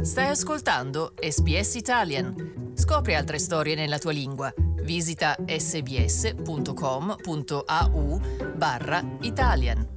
Stai ascoltando SBS Italian. Scopri altre storie nella tua lingua. Visita sbs.com.au/Italian.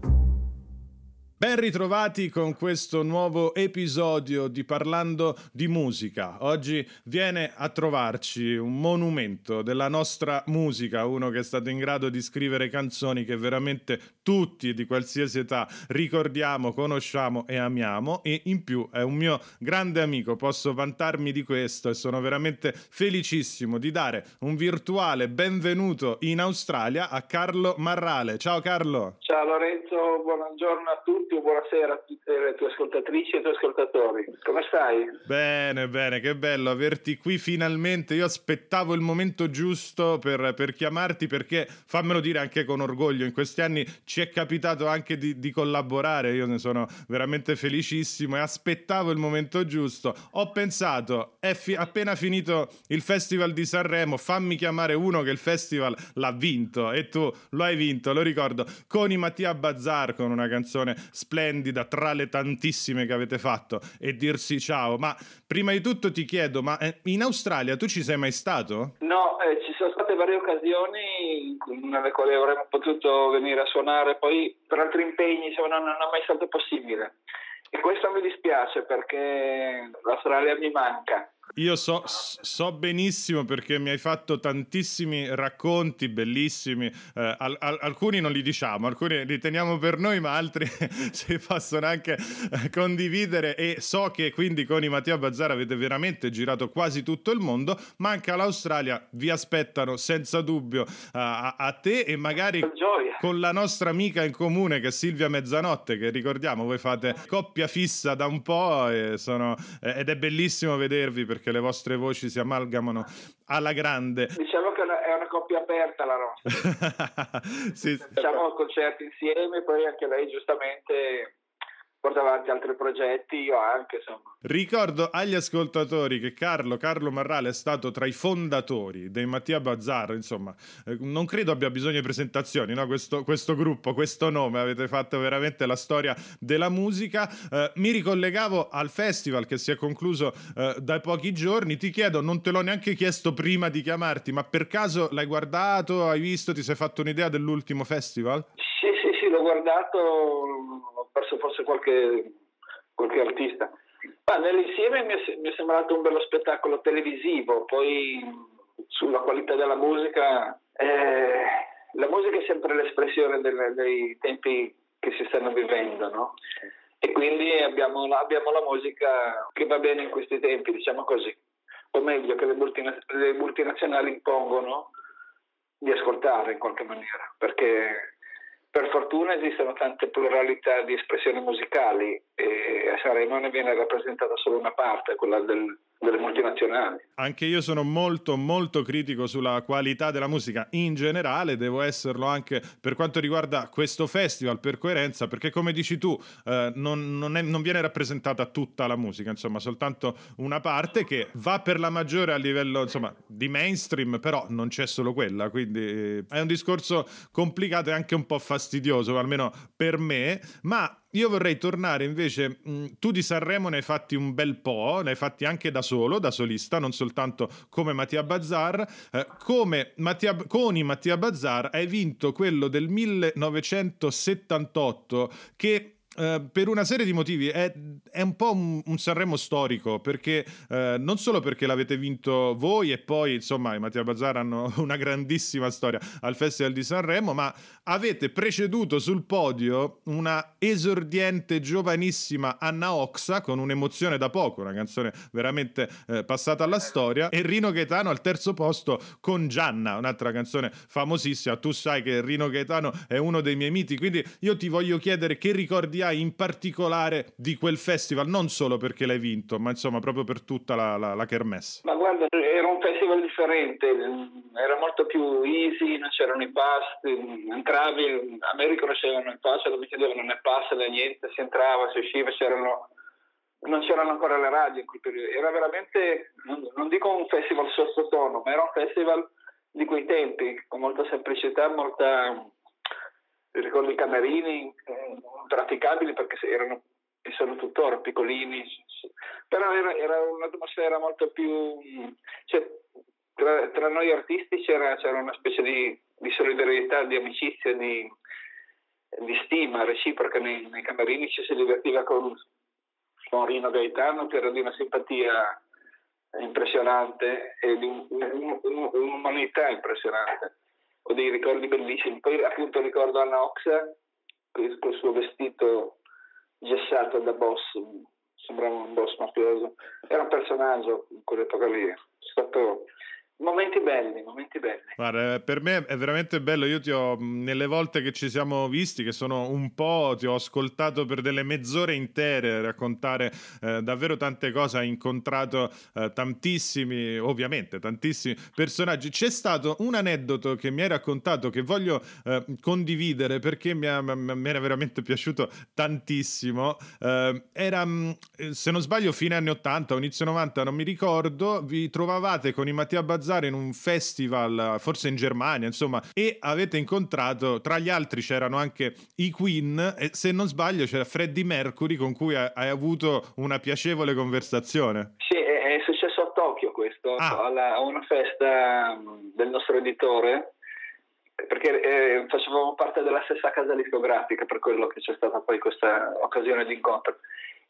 Ben ritrovati con questo nuovo episodio di Parlando di Musica. Oggi viene a trovarci un monumento della nostra musica, uno che è stato in grado di scrivere canzoni che veramente tutti di qualsiasi età ricordiamo, conosciamo e amiamo, e in più è un mio grande amico, posso vantarmi di questo e sono veramente felicissimo di dare un virtuale benvenuto in Australia a Carlo Marrale. Ciao Carlo! Ciao Lorenzo, buongiorno a tutti. Buonasera a tutte le tue ascoltatrici e i tuoi ascoltatori. Come stai? Bene, che bello averti qui finalmente. Io aspettavo il momento giusto per chiamarti, perché, fammelo dire anche con orgoglio, in questi anni ci è capitato anche di collaborare. Io ne sono veramente felicissimo e aspettavo il momento giusto. Ho pensato, appena finito il Festival di Sanremo, fammi chiamare uno che il festival l'ha vinto, e tu lo hai vinto, lo ricordo, con i Mattia Bazzar, con una canzone splendida tra le tantissime che avete fatto, e dirsi ciao. Ma prima di tutto ti chiedo, ma in Australia tu ci sei mai stato? No, ci sono state varie occasioni nelle quali avremmo potuto venire a suonare, poi per altri impegni non è mai stato possibile, e questo mi dispiace perché l'Australia mi manca. Io so benissimo, perché mi hai fatto tantissimi racconti bellissimi, alcuni non li diciamo, alcuni li teniamo per noi, ma altri si possono anche condividere, e so che quindi con i Mattia Bazzar avete veramente girato quasi tutto il mondo. Manca l'Australia, vi aspettano senza dubbio a te, e magari con la nostra amica in comune che è Silvia Mezzanotte, che ricordiamo voi fate coppia fissa da un po', ed è bellissimo vedervi perché le vostre voci si amalgamano alla grande. Diciamo che è una coppia aperta la nostra. Sì. Facciamo concerti insieme, poi anche lei giustamente porta avanti altri progetti, io anche, insomma. Ricordo agli ascoltatori che Carlo Marrale è stato tra i fondatori dei Mattia Bazzar, insomma, non credo abbia bisogno di presentazioni, no? Questo gruppo, questo nome, avete fatto veramente la storia della musica. Mi ricollegavo al festival che si è concluso da pochi giorni. Ti chiedo, non te l'ho neanche chiesto prima di chiamarti, ma per caso l'hai guardato, hai visto, ti sei fatto un'idea dell'ultimo festival? Sì, l'ho guardato, ho perso forse qualche artista. Ma nell'insieme mi è sembrato un bello spettacolo televisivo. Poi sulla qualità della musica, la musica è sempre l'espressione dei tempi che si stanno vivendo, no? E quindi abbiamo la musica che va bene in questi tempi, diciamo così, o meglio che le multinazionali impongono di ascoltare in qualche maniera, perché per fortuna esistono tante pluralità di espressioni musicali, e a Sanremo ne viene rappresentata solo una parte, quella delle multinazionali. Anche io sono molto molto critico sulla qualità della musica in generale, devo esserlo anche per quanto riguarda questo festival, per coerenza, perché come dici tu non viene rappresentata tutta la musica, insomma soltanto una parte che va per la maggiore a livello, insomma, di mainstream, però non c'è solo quella, quindi è un discorso complicato e anche un po' fastidioso, almeno per me. Ma io vorrei tornare invece, tu di Sanremo ne hai fatti un bel po', ne hai fatti anche da solo, da solista, non soltanto come Mattia Bazzar. Con i Mattia Bazzar hai vinto quello del 1978, che per una serie di motivi è un po' un Sanremo storico, perché non solo perché l'avete vinto voi, e poi insomma i Mattia Bazzar hanno una grandissima storia al Festival di Sanremo, ma avete preceduto sul podio una esordiente giovanissima Anna Oxa con un'emozione da poco, una canzone veramente passata alla storia, e Rino Gaetano al terzo posto con Gianna, un'altra canzone famosissima. Tu sai che Rino Gaetano è uno dei miei miti, quindi io ti voglio chiedere che ricordi hai in particolare di quel festival, non solo perché l'hai vinto, ma insomma proprio per tutta la kermesse. Ma guarda, era un festival differente, era molto più easy, non c'erano i pass, entravi, a me riconoscevano il pass, non mi chiedevano né pass né niente, si entrava, si usciva, non c'erano ancora le radio in quel periodo. Era veramente, non dico un festival sottotono, ma era un festival di quei tempi, con molta semplicità, ricordo i camerini praticabili, perché sono tuttora piccolini, Però era un'atmosfera molto più, cioè, tra noi artisti c'era una specie di solidarietà, di amicizia, di stima reciproca nei camerini. Ci si divertiva con Rino Gaetano, che era di una simpatia impressionante e di un'umanità impressionante. Ho dei ricordi bellissimi. Poi appunto ricordo Anna Oxa col suo vestito gessato da boss, sembrava un boss mafioso. Era un personaggio in quell'epoca lì. È stato momenti belli. Guarda, per me è veramente bello. Io nelle volte che ci siamo visti, che sono un po', ti ho ascoltato per delle mezz'ore intere raccontare davvero tante cose. Hai incontrato tantissimi personaggi. C'è stato un aneddoto che mi hai raccontato che voglio condividere perché mi era veramente piaciuto tantissimo. Era, se non sbaglio, fine anni 80 o inizio 90, non mi ricordo. Vi trovavate con i Mattia Bazzara in un festival, forse in Germania, insomma, e avete incontrato, tra gli altri c'erano anche i Queen e, se non sbaglio, c'era Freddie Mercury, con cui hai avuto una piacevole conversazione. Sì, è successo a Tokyo questo, a una festa del nostro editore, perché facevamo parte della stessa casa discografica, per quello che c'è stata poi questa occasione di incontro.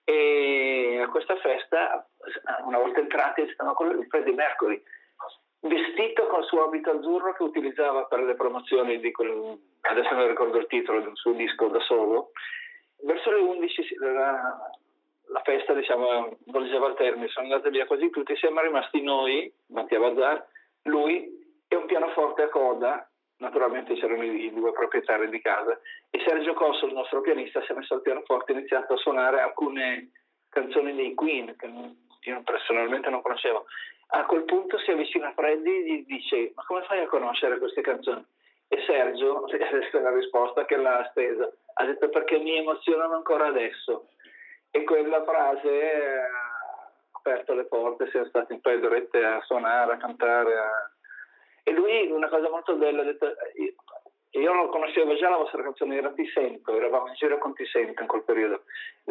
E a questa festa, una volta entrati, stavamo con Freddie Mercury, vestito col suo abito azzurro che utilizzava per le promozioni di adesso non ricordo il titolo del suo disco da solo. Verso le 11 la festa, diciamo, volgeva al termine, sono andati via quasi tutti, siamo rimasti noi, Mattia Bazzar, lui e un pianoforte a coda. Naturalmente c'erano i due proprietari di casa e Sergio Cosso, il nostro pianista, si è messo al pianoforte e ha iniziato a suonare alcune canzoni dei Queen che io personalmente non conoscevo. A quel punto si avvicina a Freddy e gli dice: ma come fai a conoscere queste canzoni? E Sergio, questa è la risposta che l'ha stesa, ha detto: perché mi emozionano ancora adesso. E quella frase ha aperto le porte, siamo stati un paio d'orette a suonare, a cantare. E lui, una cosa molto bella, ha detto: io non conoscevo già la vostra canzone, era Ti Sento, eravamo in giro con Ti Sento in quel periodo.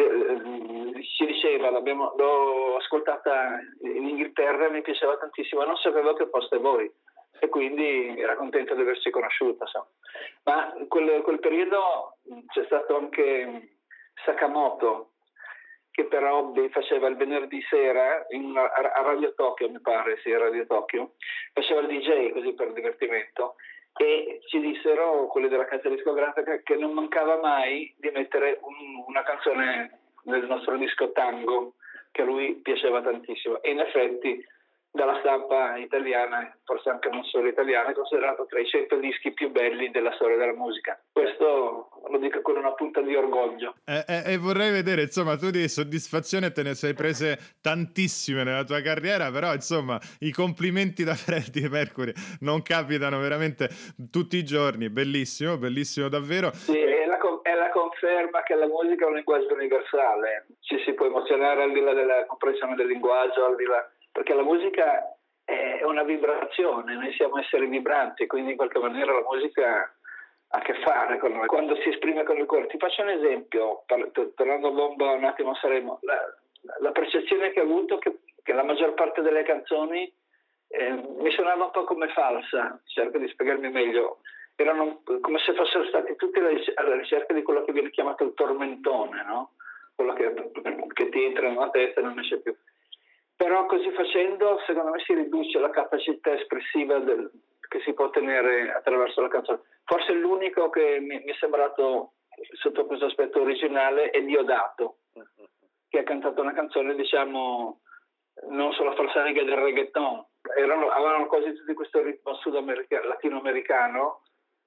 Ci diceva, l'ho ascoltata in Inghilterra e mi piaceva tantissimo, non sapevo che foste voi e quindi era contento di averci conosciuta. Insomma. Ma in quel periodo c'è stato anche Sakamoto, che per hobby faceva il venerdì sera a Radio Tokyo, mi pare, sì, Radio Tokyo, faceva il DJ così per divertimento. E ci dissero, quelli della casa discografica, che non mancava mai di mettere una canzone del nostro disco Tango, che a lui piaceva tantissimo. E in effetti, dalla stampa italiana, forse anche non solo italiana, è considerato tra i 100 dischi più belli della storia della musica. Questo lo dico con una punta di orgoglio. E vorrei vedere, insomma, tu di soddisfazione te ne sei prese tantissime nella tua carriera, però insomma i complimenti da Freddie Mercury non capitano veramente tutti i giorni. Bellissimo, bellissimo davvero. Sì, è la conferma che la musica è un linguaggio universale, ci si può emozionare al di là della comprensione del linguaggio, al di là, perché la musica è una vibrazione, noi siamo esseri vibranti, quindi in qualche maniera la musica ha a che fare con noi, quando si esprime con il cuore. Ti faccio un esempio, tornando a bomba un attimo, la percezione che ho avuto che la maggior parte delle canzoni mi suonava un po' come falsa, cerco di spiegarmi meglio, erano come se fossero stati tutti alla ricerca di quello che viene chiamato il tormentone, no? Quello che ti entra nella testa e non esce più. Però così facendo, secondo me, si riduce la capacità espressiva che si può ottenere attraverso la canzone. Forse l'unico che mi è sembrato, sotto questo aspetto originale, è Diodato, che ha cantato una canzone, diciamo, non sulla falsariga del reggaeton. Avevano quasi tutti questo ritmo latinoamericano,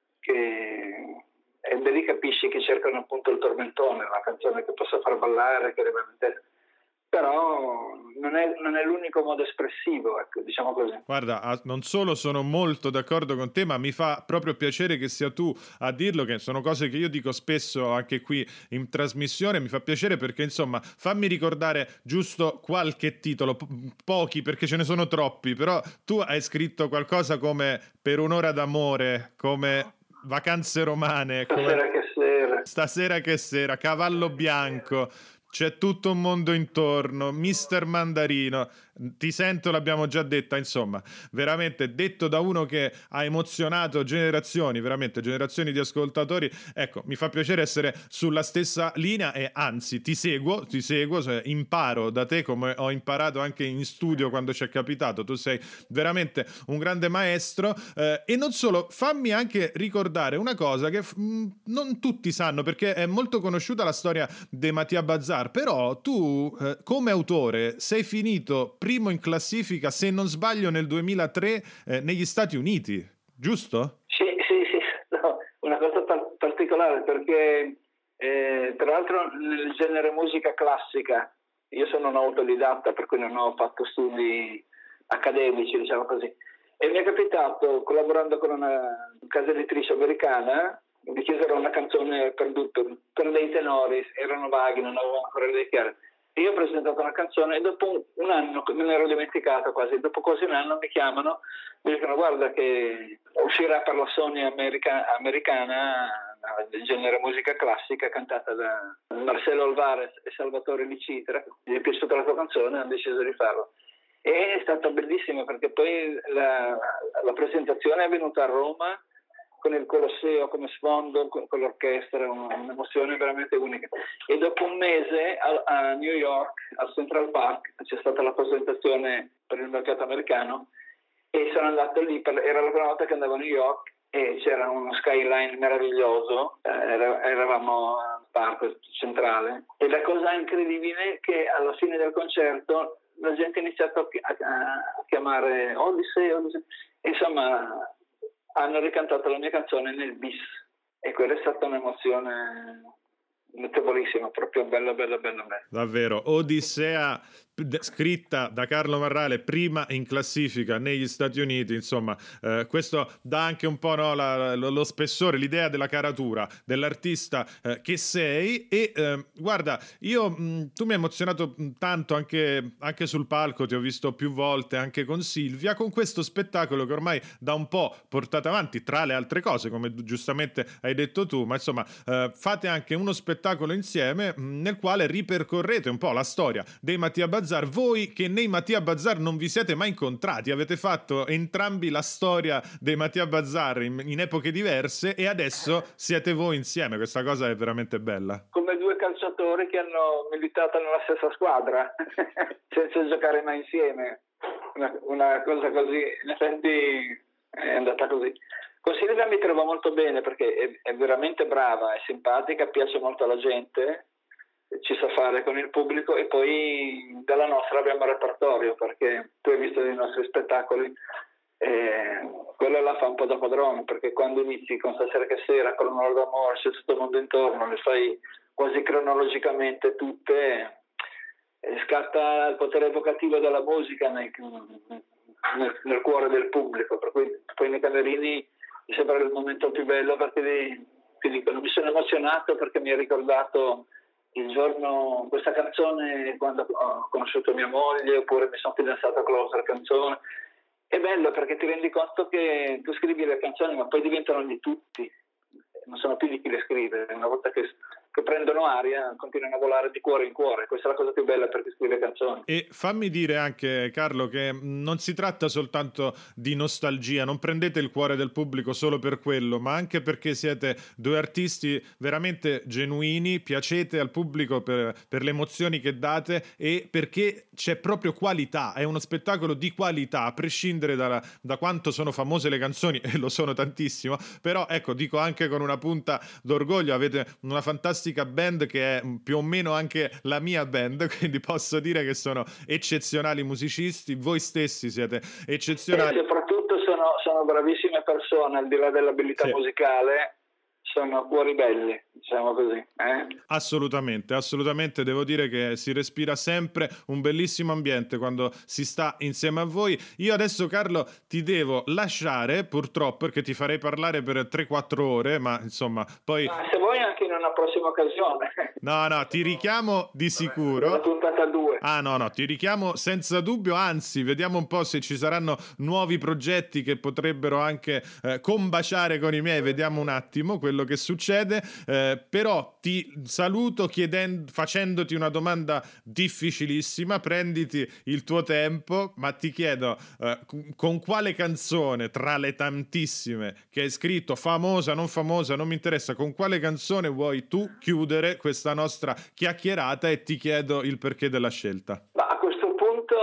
e da lì capisci che cercano appunto il tormentone, una canzone che possa far ballare, che rimane in testa. Però non è l'unico modo espressivo, ecco, diciamo così. Guarda, non solo sono molto d'accordo con te, ma mi fa proprio piacere che sia tu a dirlo, che sono cose che io dico spesso anche qui in trasmissione. Mi fa piacere perché, insomma, fammi ricordare giusto qualche titolo, pochi perché ce ne sono troppi, però tu hai scritto qualcosa come Per un'ora d'amore, come Vacanze romane, Stasera che sera, Cavallo bianco. C'è tutto un mondo intorno, Mister Mandarino, ti sento, l'abbiamo già detta, insomma, veramente detto da uno che ha emozionato generazioni, veramente generazioni di ascoltatori. Ecco, mi fa piacere essere sulla stessa linea e anzi ti seguo, cioè, imparo da te come ho imparato anche in studio quando ci è capitato. Tu sei veramente un grande maestro, e non solo, fammi anche ricordare una cosa che non tutti sanno, perché è molto conosciuta la storia di Mattia Bazzar, però tu come autore sei finito primo in classifica, se non sbaglio, nel 2003 negli Stati Uniti, giusto? Sì, no, una cosa particolare perché tra l'altro nel genere musica classica, io sono un autodidatta per cui non ho fatto studi accademici, diciamo così, e mi è capitato, collaborando con una casa editrice americana, mi chiesero una canzone per dei tenori, erano vaghi, non avevo ancora idee chiare. E io ho presentato una canzone e dopo un anno, me ne ero dimenticato quasi, dopo quasi un anno mi chiamano, mi dicono guarda che uscirà per la Sony americana del genere musica classica cantata da Marcelo Alvarez e Salvatore Licitra, gli è piaciuta la tua canzone e hanno deciso di farlo. E è stato bellissimo perché poi la presentazione è venuta a Roma con il Colosseo come sfondo, con l'orchestra, un'emozione veramente unica. E dopo un mese a New York, al Central Park, c'è stata la presentazione per il mercato americano e sono andato lì, era la prima volta che andavo a New York e c'era uno skyline meraviglioso, eravamo al parco centrale e la cosa incredibile è che alla fine del concerto la gente ha iniziato a chiamare Odyssey, insomma hanno ricantato la mia canzone nel bis e quella è stata un'emozione notevolissima, proprio bella. Davvero, Odissea scritta da Carlo Marrale, prima in classifica negli Stati Uniti, insomma, questo dà anche un po', no, lo spessore, l'idea della caratura dell'artista che sei. E guarda, tu mi hai emozionato tanto anche sul palco, ti ho visto più volte anche con Silvia, con questo spettacolo che ormai da un po' portate avanti, tra le altre cose, come giustamente hai detto tu, ma insomma fate anche uno spettacolo insieme nel quale ripercorrete un po' la storia dei Mattia Bazzar, voi che nei Mattia Bazzar non vi siete mai incontrati, avete fatto entrambi la storia dei Mattia Bazzar in epoche diverse e adesso siete voi insieme. Questa cosa è veramente bella. Come due calciatori che hanno militato nella stessa squadra senza giocare mai insieme, una cosa così, in effetti è andata così. Con Silvia mi trovo molto bene perché è veramente brava, è simpatica, piace molto alla gente, ci sa fare con il pubblico e poi dalla nostra abbiamo il repertorio perché tu hai visto i nostri spettacoli, quello la fa un po' da padrone perché quando inizi con Stasera che sera, con Un'ora d'amore, c'è tutto il mondo intorno, le fai quasi cronologicamente tutte, scatta il potere evocativo della musica nel cuore del pubblico, per cui poi nei camerini mi sembra il momento più bello perché ti dicono mi sono emozionato perché mi ha ricordato il giorno questa canzone quando ho conosciuto mia moglie oppure mi sono fidanzato con l'altra canzone. È bello perché ti rendi conto che tu scrivi le canzoni ma poi diventano di tutti, non sono più di chi le scrive, una volta che prendono aria continuano a volare di cuore in cuore. Questa è la cosa più bella per chi scrive canzoni. E fammi dire anche, Carlo, che non si tratta soltanto di nostalgia, non prendete il cuore del pubblico solo per quello, ma anche perché siete due artisti veramente genuini, piacete al pubblico per le emozioni che date e perché c'è proprio qualità, è uno spettacolo di qualità, a prescindere da quanto sono famose le canzoni, e lo sono tantissimo, però ecco, dico anche con una punta d'orgoglio, avete una fantastica band che è più o meno anche la mia band, quindi posso dire che sono eccezionali musicisti, voi stessi siete eccezionali. E soprattutto sono bravissime persone, al di là dell'abilità musicale, sono cuori belli, diciamo così. Assolutamente, devo dire che si respira sempre un bellissimo ambiente quando si sta insieme a voi. Io adesso, Carlo, ti devo lasciare, purtroppo, perché ti farei parlare per 3-4 ore, ma insomma, poi... Ma se vuoi anche in una prossima occasione. No, ti richiamo di sicuro. Una puntata 2. Ah no, ti richiamo senza dubbio, anzi, vediamo un po' se ci saranno nuovi progetti che potrebbero anche combaciare con i miei, vediamo un attimo quello che succede, però ti saluto facendoti una domanda difficilissima, prenditi il tuo tempo, ma ti chiedo con quale canzone tra le tantissime che hai scritto, famosa, non mi interessa, con quale canzone vuoi tu chiudere questa nostra chiacchierata, e ti chiedo il perché della scelta. Ma a questo punto,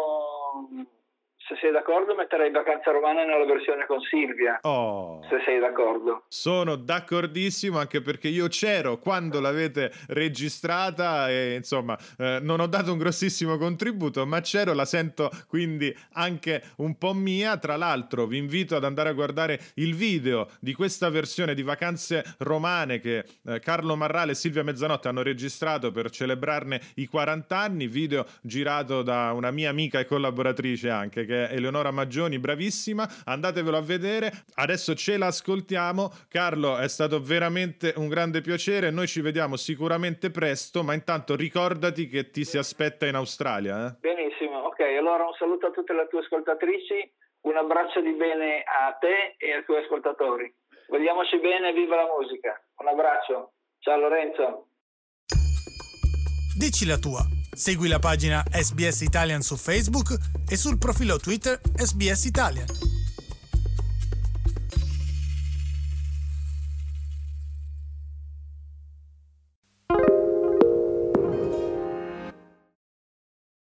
se sei d'accordo, metterei Vacanza Romana nella versione con Silvia. Se sei d'accordo. Sono d'accordissimo, anche perché io c'ero quando l'avete registrata e insomma non ho dato un grossissimo contributo, ma c'ero, la sento quindi anche un po' mia. Tra l'altro vi invito ad andare a guardare il video di questa versione di Vacanze Romane che Carlo Marrale e Silvia Mezzanotte hanno registrato per celebrarne i 40 anni, video girato da una mia amica e collaboratrice anche, che è Eleonora Maggioni, bravissima, andatevelo a vedere. Adesso ce l'ascoltiamo. Carlo, è stato veramente un grande piacere, noi ci vediamo sicuramente presto, ma intanto ricordati che ti si aspetta in Australia. Benissimo, ok, allora un saluto a tutte le tue ascoltatrici, un abbraccio di bene a te e ai tuoi ascoltatori. Vogliamoci bene, viva la musica. Un abbraccio, ciao Lorenzo. Dici la tua. Segui la pagina SBS Italian su Facebook e sul profilo Twitter SBS Italian.